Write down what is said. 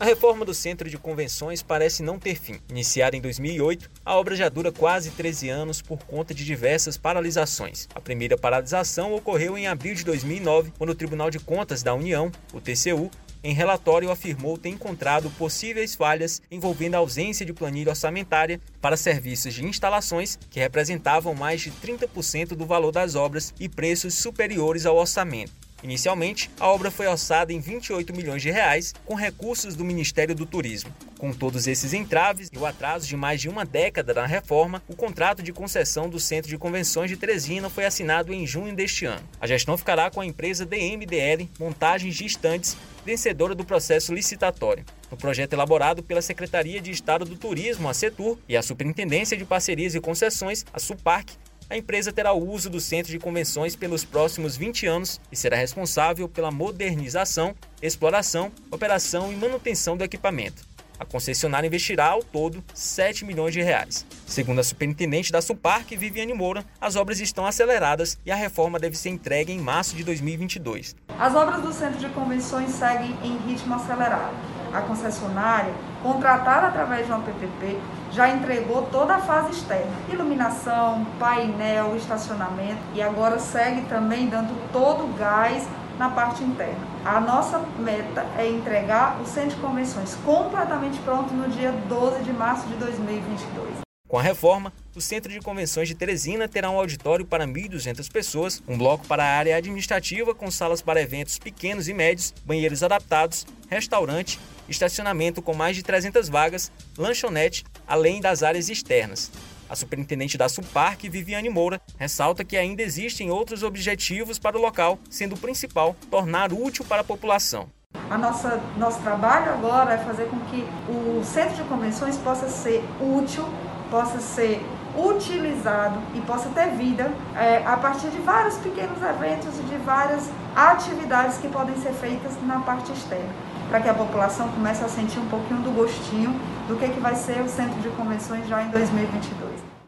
A reforma do Centro de Convenções parece não ter fim. Iniciada em 2008, a obra já dura quase 13 anos por conta de diversas paralisações. A primeira paralisação ocorreu em abril de 2009, quando o Tribunal de Contas da União, o TCU, em relatório afirmou ter encontrado possíveis falhas envolvendo a ausência de planilha orçamentária para serviços de instalações que representavam mais de 30% do valor das obras e preços superiores ao orçamento. Inicialmente, a obra foi orçada em R$ 28 milhões com recursos do Ministério do Turismo. Com todos esses entraves e o atraso de mais de uma década na reforma, o contrato de concessão do Centro de Convenções de Teresina foi assinado em junho deste ano. A gestão ficará com a empresa DMDL Montagens de Estantes, vencedora do processo licitatório. No projeto elaborado pela Secretaria de Estado do Turismo, a Setur, e a Superintendência de Parcerias e Concessões, a SUPARC, a empresa terá o uso do Centro de Convenções pelos próximos 20 anos e será responsável pela modernização, exploração, operação e manutenção do equipamento. A concessionária investirá ao todo R$ 7 milhões. Segundo a superintendente da SUPARC, Viviane Moura, as obras estão aceleradas e a reforma deve ser entregue em março de 2022. As obras do Centro de Convenções seguem em ritmo acelerado. A concessionária, contratada através de uma PPP, já entregou toda a fase externa, iluminação, painel, estacionamento, e agora segue também dando todo o gás na parte interna. A nossa meta é entregar o Centro de Convenções completamente pronto no dia 12 de março de 2022. Com a reforma, o Centro de Convenções de Teresina terá um auditório para 1.200 pessoas, um bloco para a área administrativa com salas para eventos pequenos e médios, banheiros adaptados, restaurante, estacionamento com mais de 300 vagas, lanchonete, além das áreas externas. A superintendente da SUPARC, Viviane Moura, ressalta que ainda existem outros objetivos para o local, sendo o principal tornar útil para a população. Nosso trabalho agora é fazer com que o Centro de Convenções possa ser útil, possa ser utilizado e possa ter vida a partir de vários pequenos eventos e de várias atividades que podem ser feitas na parte externa, para que a população comece a sentir um pouquinho do gostinho do que vai ser o Centro de Convenções já em 2022.